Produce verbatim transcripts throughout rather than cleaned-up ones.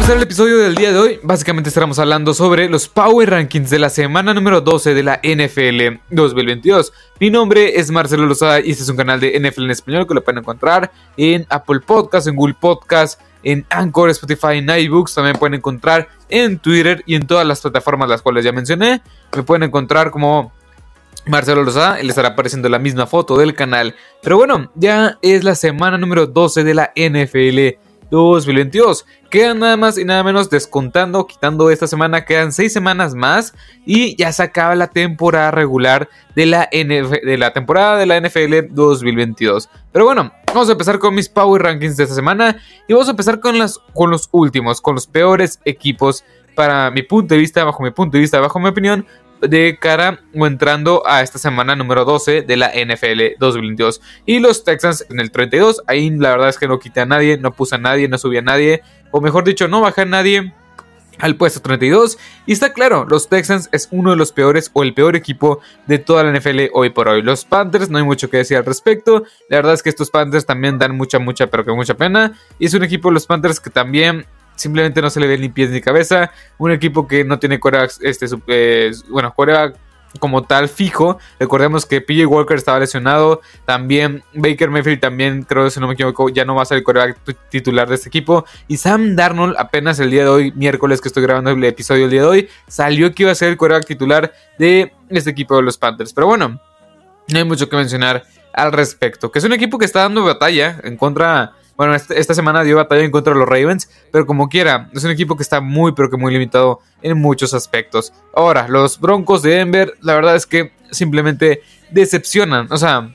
empezar el episodio del día de hoy, básicamente estaremos hablando sobre los Power Rankings de la semana número doce de la N F L dos mil veintidós. Mi nombre es Marcelo Lozada y este es un canal de N F L en español que lo pueden encontrar en Apple Podcasts, en Google Podcasts, en Anchor, Spotify, en iBooks. También pueden encontrar en Twitter y en todas las plataformas las cuales ya mencioné. Me pueden encontrar como Marcelo Lozada, le estará apareciendo la misma foto del canal. Pero bueno, ya es la semana número doce de la N F L dos mil veintidós. Quedan nada más y nada menos, descontando, quitando esta semana, quedan seis semanas más y ya se acaba la temporada regular de la, N F L, de la temporada de la N F L dos mil veintidós. Pero bueno, vamos a empezar con mis Power Rankings de esta semana y vamos a empezar con, las, con los últimos, con los peores equipos para mi punto de vista, bajo mi punto de vista, bajo mi opinión, de cara o entrando a esta semana número doce de la N F L dos mil veintidós. Y los Texans en el treinta y dos, ahí la verdad es que no quité a nadie, no puse a nadie, no subí a nadie, o mejor dicho, no bajé a nadie al puesto treinta y dos. Y está claro, los Texans es uno de los peores o el peor equipo de toda la N F L hoy por hoy. Los Panthers, no hay mucho que decir al respecto. La verdad es que estos Panthers también dan mucha, mucha, pero que mucha pena. Y es un equipo de los Panthers que también simplemente no se le ve ni pies ni cabeza. Un equipo que no tiene coreback, este, eh, bueno, coreback como tal fijo. Recordemos que P J Walker estaba lesionado. También Baker Mayfield también, creo, si no me equivoco, ya no va a ser el coreback titular de este equipo. Y Sam Darnold apenas el día de hoy, miércoles que estoy grabando el episodio el día de hoy, salió que iba a ser el coreback titular de este equipo de los Panthers. Pero bueno, no hay mucho que mencionar al respecto. Que es un equipo que está dando batalla en contra... Bueno, esta semana dio batalla en contra de los Ravens, pero como quiera, es un equipo que está muy, pero que muy limitado en muchos aspectos. Ahora, los Broncos de Denver, la verdad es que simplemente decepcionan. O sea,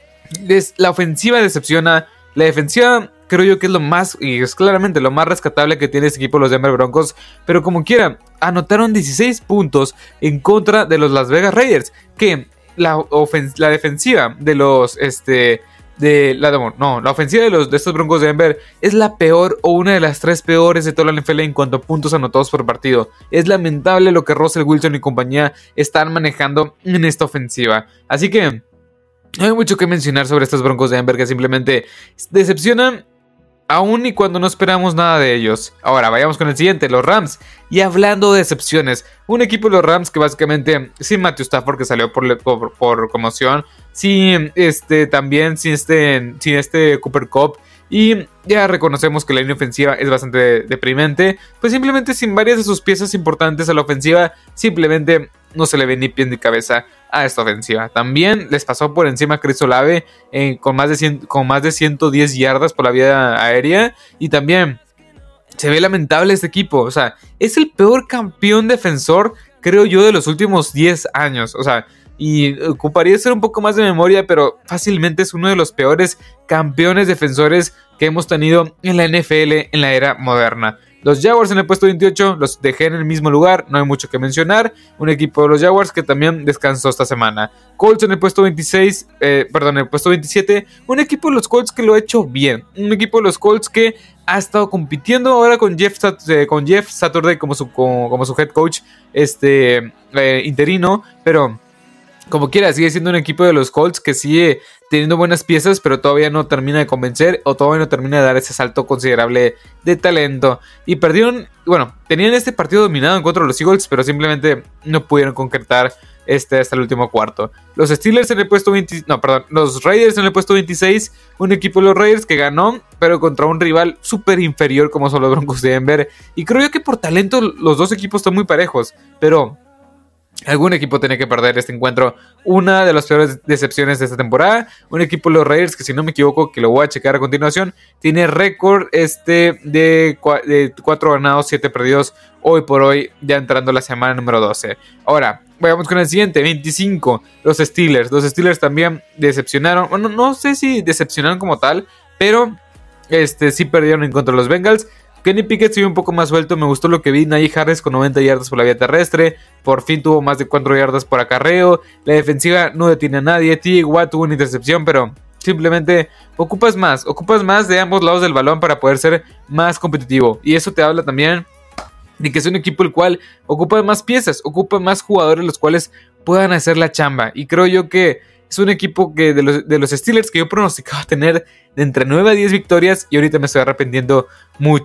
la ofensiva decepciona, la defensiva creo yo que es lo más, y es claramente lo más rescatable que tiene este equipo, los Denver Broncos. Pero como quiera, anotaron dieciséis puntos en contra de los Las Vegas Raiders, que la, ofen- la defensiva de los... este De la, no, la ofensiva de, los, de estos Broncos de Denver es la peor o una de las tres peores de toda la N F L en cuanto a puntos anotados por partido. Es lamentable lo que Russell Wilson y compañía están manejando en esta ofensiva. Así que no hay mucho que mencionar sobre estos Broncos de Denver que simplemente decepcionan aún y cuando no esperamos nada de ellos. Ahora vayamos con el siguiente, los Rams. Y hablando de decepciones, un equipo de los Rams que básicamente sin Matthew Stafford, que salió por, por, por conmoción, sin este también sin este, sin este Cooper Kupp, y ya reconocemos que la línea ofensiva es bastante deprimente, pues simplemente sin varias de sus piezas importantes a la ofensiva, simplemente no se le ve ni pie ni cabeza a esta ofensiva. También les pasó por encima a Chris Olave eh, con, más de cien, con más de ciento diez yardas por la vía aérea, y también se ve lamentable este equipo. O sea, es el peor campeón defensor, creo yo, de los últimos diez años. O sea, y ocuparía ser un poco más de memoria, pero fácilmente es uno de los peores campeones defensores que hemos tenido en la N F L en la era moderna. Los Jaguars en el puesto veintiocho los dejé en el mismo lugar, no hay mucho que mencionar. Un equipo de los Jaguars que también descansó esta semana. Colts en el puesto veintiséis, eh, perdón, en el puesto veintisiete. Un equipo de los Colts que lo ha hecho bien. Un equipo de los Colts que ha estado compitiendo ahora con Jeff, eh, con Jeff Saturday como su, como, como su head coach este, eh, interino, pero como quiera, sigue siendo un equipo de los Colts que sigue teniendo buenas piezas, pero todavía no termina de convencer o todavía no termina de dar ese salto considerable de talento. Y perdieron, bueno, tenían este partido dominado en contra de los Eagles, pero simplemente no pudieron concretar este hasta el último cuarto. Los Steelers en el puesto veinte, no, perdón, los Raiders en el puesto veintiséis, un equipo de los Raiders que ganó, pero contra un rival súper inferior como son los Broncos de Denver. Y creo yo que por talento los dos equipos están muy parejos, pero algún equipo tiene que perder este encuentro. Una de las peores decepciones de esta temporada. Un equipo de los Raiders que, si no me equivoco, que lo voy a checar a continuación, tiene récord este de cuatro ganados, siete perdidos hoy por hoy, ya entrando la semana número doce. Ahora, vayamos con el siguiente, veinticinco. Los Steelers. Los Steelers también decepcionaron. Bueno, no sé si decepcionaron como tal, pero este, sí perdieron en contra de los Bengals. Kenny Pickett se vio un poco más suelto, me gustó lo que vi. Najee Harris con noventa yardas por la vía terrestre, por fin tuvo más de cuatro yardas por acarreo. La defensiva no detiene a nadie. T J Watt tuvo una intercepción, pero simplemente ocupas más, ocupas más de ambos lados del balón para poder ser más competitivo. Y eso te habla también de que es un equipo el cual ocupa más piezas, ocupa más jugadores los cuales puedan hacer la chamba. Y creo yo que es un equipo que de los, de los Steelers que yo pronosticaba tener de entre nueve a diez victorias, y ahorita me estoy arrepintiendo mucho.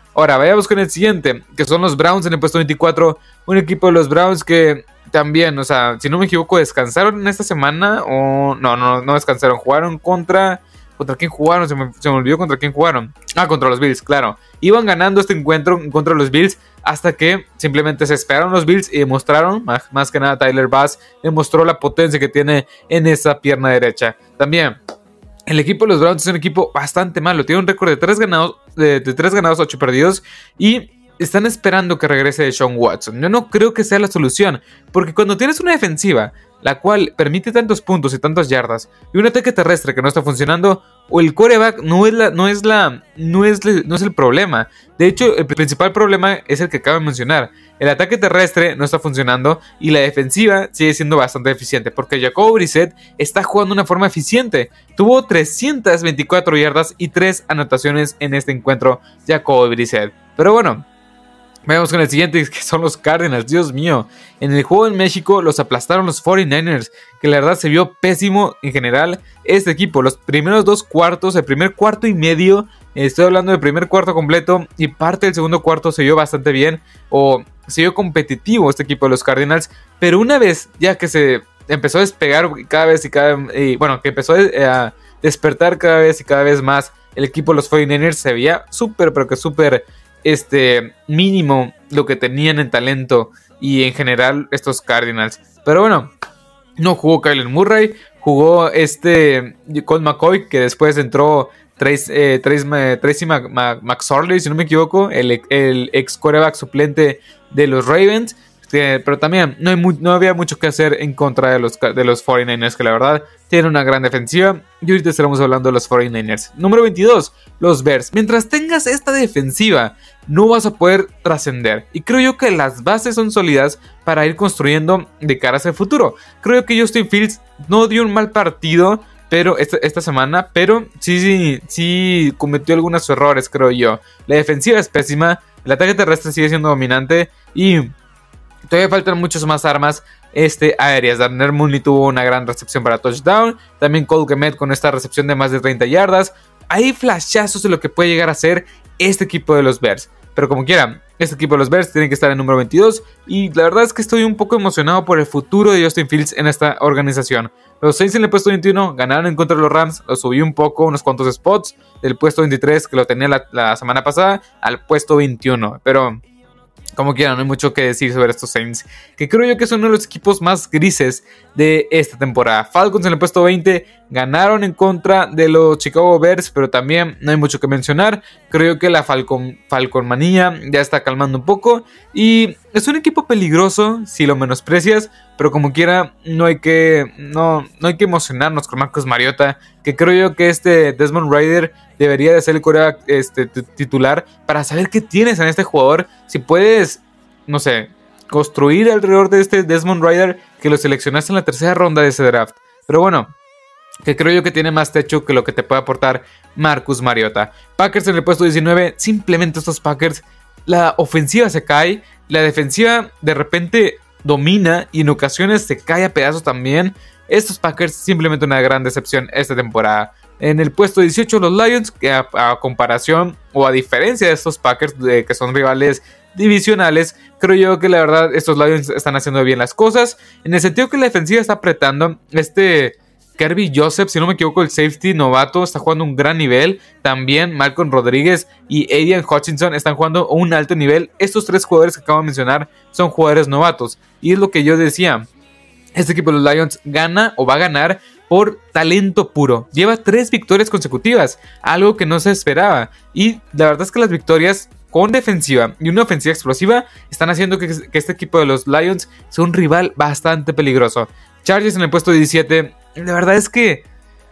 Ahora, vayamos con el siguiente, que son los Browns en el puesto veinticuatro. Un equipo de los Browns que también, o sea, si no me equivoco, descansaron en esta semana o... No, no, no descansaron, jugaron contra... ¿Contra quién jugaron? Se me, se me olvidó contra quién jugaron. Ah, contra los Bills, claro. Iban ganando este encuentro contra los Bills hasta que simplemente se esperaron los Bills y demostraron, más, más que nada Tyler Bass, demostró la potencia que tiene en esa pierna derecha. También, el equipo de los Browns es un equipo bastante malo. Tiene un récord de tres ganados, de, de tres ganados, ocho perdidos y... están esperando que regrese Deshaun Watson. Yo no creo que sea la solución, porque cuando tienes una defensiva la cual permite tantos puntos y tantas yardas y un ataque terrestre que no está funcionando, o el quarterback no es la, no es la, no es, no es el problema. De hecho, el principal problema es el que acabo de mencionar. El ataque terrestre no está funcionando y la defensiva sigue siendo bastante eficiente, porque Jacoby Brissett está jugando de una forma eficiente. Tuvo trescientas veinticuatro yardas y tres anotaciones en este encuentro Jacoby Brissett. Pero bueno, vamos con el siguiente, que son los Cardinals. Dios mío, en el juego en México los aplastaron los cuarenta y nueve ers, que la verdad se vio pésimo en general este equipo. Los primeros dos cuartos, el primer cuarto y medio, estoy hablando del primer cuarto completo, y parte del segundo cuarto se vio bastante bien, o se vio competitivo este equipo de los Cardinals. Pero una vez ya que se empezó a despegar cada vez y cada y bueno, que empezó a despertar cada vez y cada vez más el equipo de los cuarenta y nueve ers, se veía súper, pero que súper este mínimo lo que tenían en talento y en general estos Cardinals. Pero bueno, no jugó Kyler Murray, jugó este Colt McCoy, que después entró Tracy, eh, Tracy, Tracy McSorley, si no me equivoco, el, el ex quarterback suplente de los Ravens. Eh, pero también no, hay mu- no había mucho que hacer en contra de los, de los cuarenta y nueve ers, que la verdad tienen una gran defensiva. Y ahorita estaremos hablando de los cuarenta y nueve ers. Número veintidós, los Bears. Mientras tengas esta defensiva, no vas a poder trascender. Y creo yo que las bases son sólidas para ir construyendo de cara hacia el futuro. Creo que Justin Fields no dio un mal partido pero esta, esta semana, pero sí, sí, sí cometió algunos errores, creo yo. La defensiva es pésima, el ataque terrestre sigue siendo dominante y todavía faltan muchas más armas este, aéreas. Darnell Mooney tuvo una gran recepción para touchdown. También Cole Kmet con esta recepción de más de treinta yardas. Hay flashazos de lo que puede llegar a ser este equipo de los Bears. Pero como quiera, este equipo de los Bears tiene que estar en número veintidós. Y la verdad es que estoy un poco emocionado por el futuro de Justin Fields en esta organización. Los Saints en el puesto veintiuno ganaron en contra de los Rams. Lo subí un poco, unos cuantos spots. Del puesto veintitrés, que lo tenía la, la semana pasada, al puesto veintiuno. Pero como quiera, no hay mucho que decir sobre estos Saints, que creo yo que son uno de los equipos más grises de esta temporada. Falcons en el puesto veinte ganaron en contra de los Chicago Bears, pero también no hay mucho que mencionar. Creo que la Falcon, Falcon manía ya está calmando un poco y es un equipo peligroso si lo menosprecias, pero como quiera no hay que, no, no hay que emocionarnos con Marcus Mariota, que creo yo que este Desmond Ridder debería de ser el quarterback este, titular para saber qué tienes en este jugador. Si puedes, no sé, construir alrededor de este Desmond Ridder que lo seleccionaste en la tercera ronda de ese draft. Pero bueno, que creo yo que tiene más techo que lo que te puede aportar Marcus Mariota. Packers en el puesto diecinueve, simplemente estos Packers, la ofensiva se cae, la defensiva de repente domina y en ocasiones se cae a pedazos también. Estos Packers simplemente una gran decepción esta temporada. En el puesto dieciocho los Lions, que a, a comparación o a diferencia de estos Packers de, que son rivales divisionales, creo yo que la verdad estos Lions están haciendo bien las cosas, en el sentido que la defensiva está apretando. Este Kirby Joseph, si no me equivoco, el safety novato, está jugando un gran nivel. También Malcolm Rodríguez y Aidan Hutchinson están jugando a un alto nivel. Estos tres jugadores que acabo de mencionar son jugadores novatos, y es lo que yo decía, este equipo de los Lions gana o va a ganar por talento puro. Lleva tres victorias consecutivas, algo que no se esperaba. Y la verdad es que las victorias con defensiva y una ofensiva explosiva están haciendo que, que este equipo de los Lions sea un rival bastante peligroso. Chargers en el puesto diecisiete. La verdad es que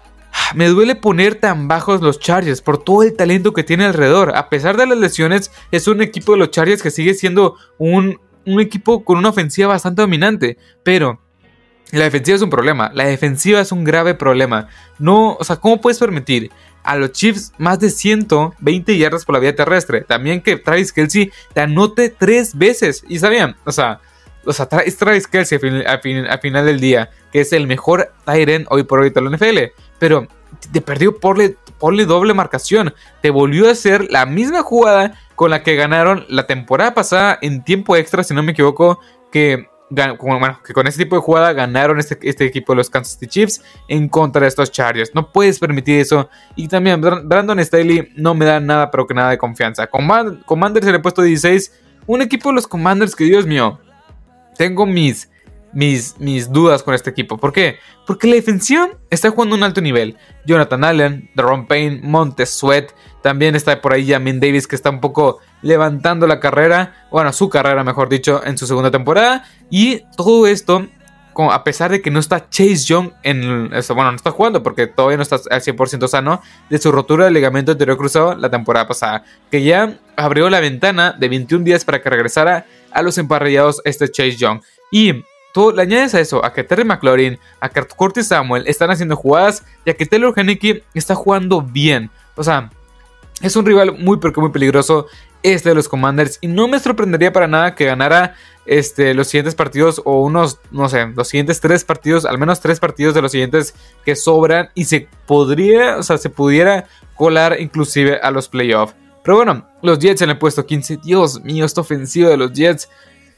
me duele poner tan bajos los Chargers por todo el talento que tiene alrededor. A pesar de las lesiones, es un equipo de los Chargers que sigue siendo un, un equipo con una ofensiva bastante dominante. Pero la defensiva es un problema, la defensiva es un grave problema. No, o sea, ¿cómo puedes permitir a los Chiefs más de ciento veinte yardas por la vía terrestre? También que Travis Kelce te anote tres veces. Y sabían, o sea, o sea es Travis Kelce a, fin, a, fin, a final del día, que es el mejor tight end hoy por hoy de la N F L. Pero te perdió por le, doble marcación. Te volvió a hacer la misma jugada con la que ganaron la temporada pasada en tiempo extra, si no me equivoco, que, bueno, que con ese tipo de jugada ganaron este, este equipo de los Kansas City Chiefs en contra de estos Chargers. No puedes permitir eso. Y también Brandon Staley no me da nada, pero que nada de confianza. Command- Commanders se le he puesto dieciséis. Un equipo de los Commanders que, Dios mío, tengo mis... Mis, mis dudas con este equipo. ¿Por qué? Porque la defensiva está jugando a un alto nivel. Jonathan Allen, Daron Payne, Montez Sweat. También está por ahí Jamin Davis, que está un poco levantando la carrera. Bueno, su carrera, mejor dicho, en su segunda temporada. Y todo esto, a pesar de que no está Chase Young en... Bueno, no está jugando porque todavía no está al cien por ciento sano de su rotura de ligamento anterior cruzado la temporada pasada. Que ya abrió la ventana de veintiún días para que regresara a los emparrillados este Chase Young. Y... tú le añades a eso, a que Terry McLaurin, a que Curtis Samuel están haciendo jugadas y a que Taylor Heinicke está jugando bien. O sea, es un rival muy pero que muy peligroso este de los Commanders. Y no me sorprendería para nada que ganara este, los siguientes partidos o unos, no sé, los siguientes tres partidos, al menos tres partidos de los siguientes que sobran. Y se podría, o sea, se pudiera colar inclusive a los playoffs. Pero bueno, los Jets en el puesto quince. Dios mío, esta ofensiva de los Jets...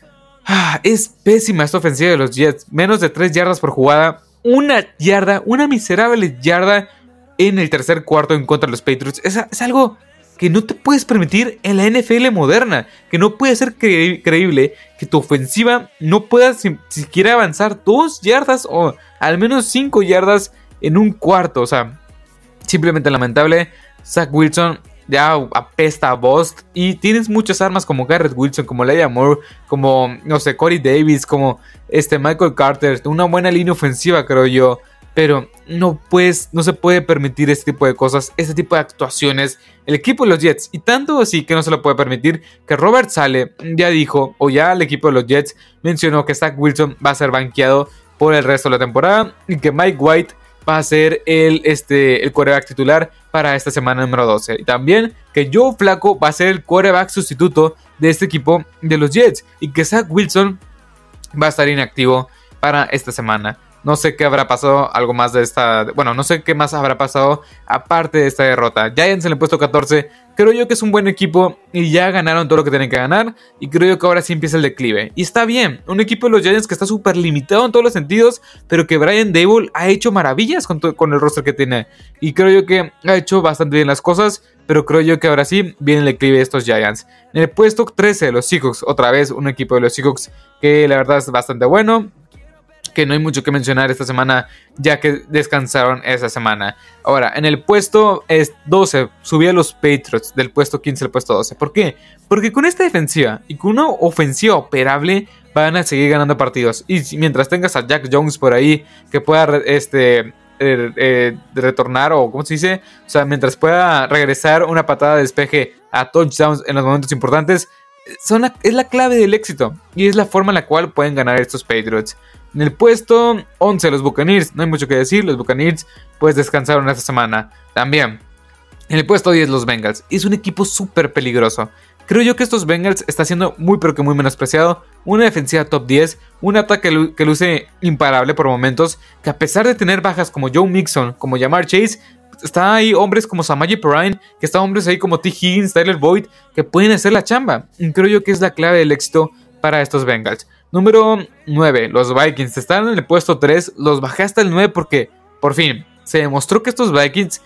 Ah, es pésima esta ofensiva de los Jets. Menos de tres yardas por jugada. Una yarda, una miserable yarda en el tercer cuarto en contra de los Patriots. Es, es algo que no te puedes permitir en la N F L moderna. Que no puede ser cre- creíble que tu ofensiva no pueda si, siquiera avanzar dos yardas o al menos cinco yardas en un cuarto. O sea, simplemente lamentable. Zach Wilson ya apesta a Bust. Y tienes muchas armas como Garrett Wilson, como Elijah Moore, como, no sé, Corey Davis, como este Michael Carter. Una buena línea ofensiva, creo yo. Pero no puedes, no se puede permitir este tipo de cosas, este tipo de actuaciones. El equipo de los Jets, y tanto así que no se lo puede permitir, que Robert Saleh ya dijo, o ya el equipo de los Jets mencionó que Zach Wilson va a ser banqueado por el resto de la temporada. Y que Mike White va a ser el, este, el quarterback titular para esta semana número doce. Y también que Joe Flacco va a ser el quarterback sustituto de este equipo de los Jets. Y que Zach Wilson va a estar inactivo para esta semana. No sé qué habrá pasado, algo más de esta... Bueno, no sé qué más habrá pasado aparte de esta derrota. Giants en el puesto catorce. Creo yo que es un buen equipo y ya ganaron todo lo que tienen que ganar. Y creo yo que ahora sí empieza el declive. Y está bien, un equipo de los Giants que está súper limitado en todos los sentidos, pero que Brian Daboll ha hecho maravillas con, to- con el roster que tiene. Y creo yo que ha hecho bastante bien las cosas, pero creo yo que ahora sí viene el declive de estos Giants. En el puesto trece, los Seahawks. Otra vez un equipo de los Seahawks que la verdad es bastante bueno, que no hay mucho que mencionar esta semana, ya que descansaron esa semana. Ahora, en el puesto doce, subí a los Patriots del puesto quince al puesto doce. ¿Por qué? Porque con esta defensiva y con una ofensiva operable van a seguir ganando partidos. Y si, mientras tengas a Jack Jones por ahí, que pueda este, eh, eh, retornar, o ¿cómo se dice? O sea, mientras pueda regresar una patada de despeje a touchdowns en los momentos importantes, son la, es la clave del éxito. Y es la forma en la cual pueden ganar estos Patriots. En el puesto once, los Buccaneers. No hay mucho que decir. Los Buccaneers pues descansaron esta semana. También en el puesto diez, los Bengals. Es un equipo súper peligroso. Creo yo que estos Bengals está siendo muy pero que muy menospreciado. Una defensiva top diez. Un ataque que, que luce imparable por momentos. Que a pesar de tener bajas como Joe Mixon, como Ja'Marr Chase, está ahí hombres como Samaje Perine, que están hombres ahí como T. Higgins, Tyler Boyd, que pueden hacer la chamba. Y creo yo que es la clave del éxito para estos Bengals. Número nueve, los Vikings. Están en el puesto tres, los bajé hasta el nueve porque, por fin, se demostró que estos Vikings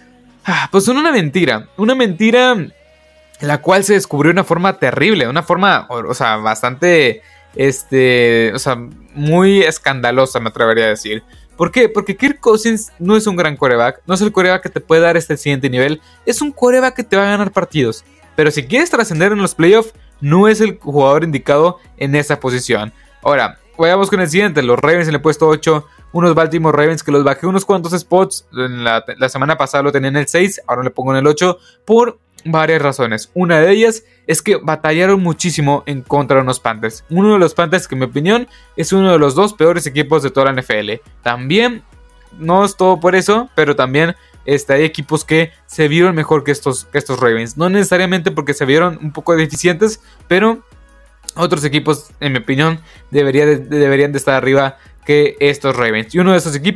ah, pues son una mentira. Una mentira la cual se descubrió de una forma terrible, una forma, o sea, bastante, este, o sea, muy escandalosa, me atrevería a decir. ¿Por qué? Porque Kirk Cousins no es un gran quarterback, no es el quarterback que te puede dar este siguiente nivel, es un quarterback que te va a ganar partidos. Pero si quieres trascender en los playoffs, no es el jugador indicado en esa posición. Ahora, vayamos con el siguiente. Los Ravens en el puesto ocho. Unos Baltimore Ravens que los bajé unos cuantos spots. En la, la semana pasada lo tenía en el seis. Ahora le pongo en el ocho. Por varias razones. Una de ellas es que batallaron muchísimo en contra de unos Panthers. Uno de los Panthers que en mi opinión es uno de los dos peores equipos de toda la N F L. También, no es todo por eso, pero también... Este, hay equipos que se vieron mejor que estos, que estos Ravens. No necesariamente porque se vieron un poco deficientes, pero otros equipos, en mi opinión, debería de, deberían de estar arriba que estos Ravens. Y uno de esos equipos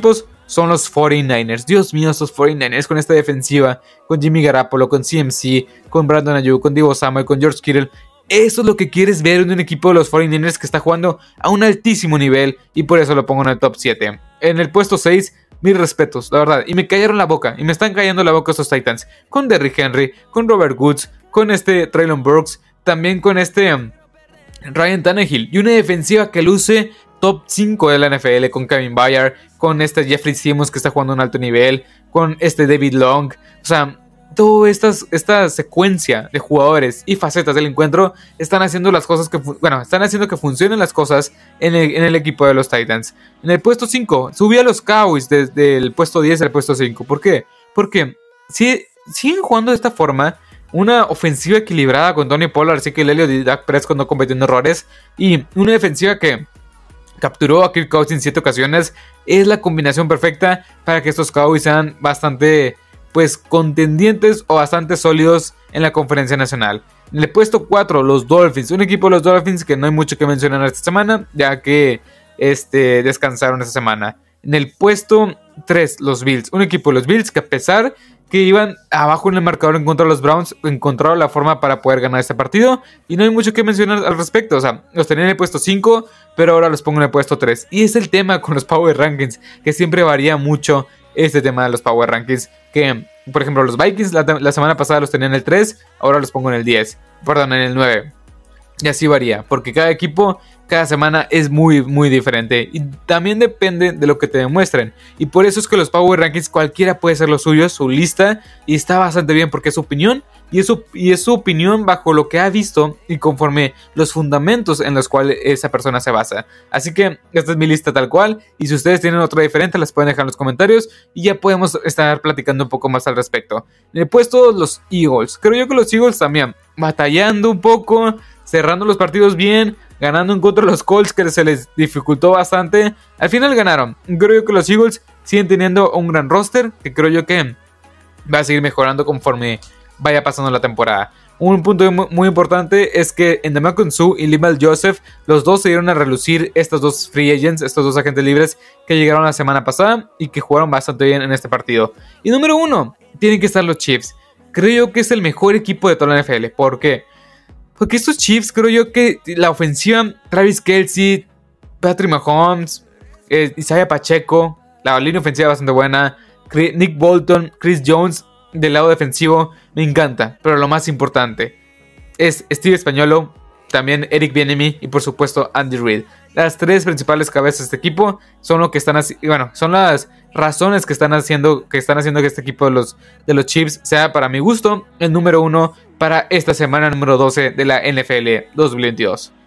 son los cuarenta y nueve ers. Dios mío, estos cuarenta y nueve ers con esta defensiva, con Jimmy Garoppolo, con C M C, con Brandon Ayuk, con Deebo Samuel, con George Kittle. Eso es lo que quieres ver en un equipo de los cuarenta y nueve ers que está jugando a un altísimo nivel, y por eso lo pongo en el top siete. En el puesto seis, mis respetos, la verdad, y me cayeron la boca, y me están cayendo la boca estos Titans, con Derrick Henry, con Robert Woods, con este Treylon Burks, también con este um, Ryan Tannehill, y una defensiva que luce top cinco de la N F L, con Kevin Byard, con este Jeffrey Simmons que está jugando a un alto nivel, con este David Long. O sea, toda esta, esta secuencia de jugadores y facetas del encuentro están haciendo las cosas que, bueno, están haciendo que funcionen las cosas en el, en el equipo de los Titans. En el puesto cinco, subí a los Cowboys desde el puesto diez al puesto cinco. ¿Por qué? Porque si siguen jugando de esta forma, una ofensiva equilibrada con Tony Pollard, así que el Elliott y Dak Prescott no cometiendo errores, y una defensiva que capturó a Kirk Cousins en siete ocasiones, es la combinación perfecta para que estos Cowboys sean bastante, pues, contendientes o bastante sólidos en la conferencia nacional. En el puesto cuatro, los Dolphins, un equipo de los Dolphins que no hay mucho que mencionar esta semana, ya que este, descansaron esta semana. En el puesto tres, los Bills, un equipo de los Bills que, a pesar que iban abajo en el marcador en contra de los Browns, encontraron la forma para poder ganar este partido, y no hay mucho que mencionar al respecto. O sea, los tenía en el puesto cinco, pero ahora los pongo en el puesto tres. Y es el tema con los Power Rankings, que siempre varía mucho este tema de los Power Rankings, que, por ejemplo, los Vikings la, la semana pasada los tenía en el tres, ahora los pongo en el diez, perdón, en el nueve. Y así varía, porque cada equipo, cada semana es muy, muy diferente. Y también depende de lo que te demuestren. Y por eso es que los Power Rankings, cualquiera puede ser lo suyo, su lista. Y está bastante bien porque es su opinión. Y es su, y es su opinión bajo lo que ha visto y conforme los fundamentos en los cuales esa persona se basa. Así que esta es mi lista tal cual. Y si ustedes tienen otra diferente, las pueden dejar en los comentarios. Y ya podemos estar platicando un poco más al respecto. En el puesto, los Eagles. Creo yo que los Eagles también, batallando un poco, cerrando los partidos bien, ganando en contra de los Colts, que se les dificultó bastante. Al final ganaron. Creo yo que los Eagles siguen teniendo un gran roster, que creo yo que va a seguir mejorando conforme vaya pasando la temporada. Un punto muy importante es que Ndamukong Suh y Linval Joseph, los dos se dieron a relucir, estos dos free agents, estos dos agentes libres que llegaron la semana pasada y que jugaron bastante bien en este partido. Y número uno, tienen que estar los Chiefs. Creo yo que es el mejor equipo de toda la N F L. ¿Por qué? Porque estos Chiefs, creo yo que la ofensiva, Travis Kelce, Patrick Mahomes, eh, Isaiah Pacheco, la línea ofensiva bastante buena, Nick Bolton, Chris Jones del lado defensivo, me encanta. Pero lo más importante es Steve Spagnuolo, también Eric Bieniemy y por supuesto Andy Reid. Las tres principales cabezas de este equipo son lo que están haciendo, bueno, son las razones que están haciendo que están haciendo que este equipo de los, de los Chiefs sea, para mi gusto, el número uno para esta semana número doce de la N F L dos mil veintidós.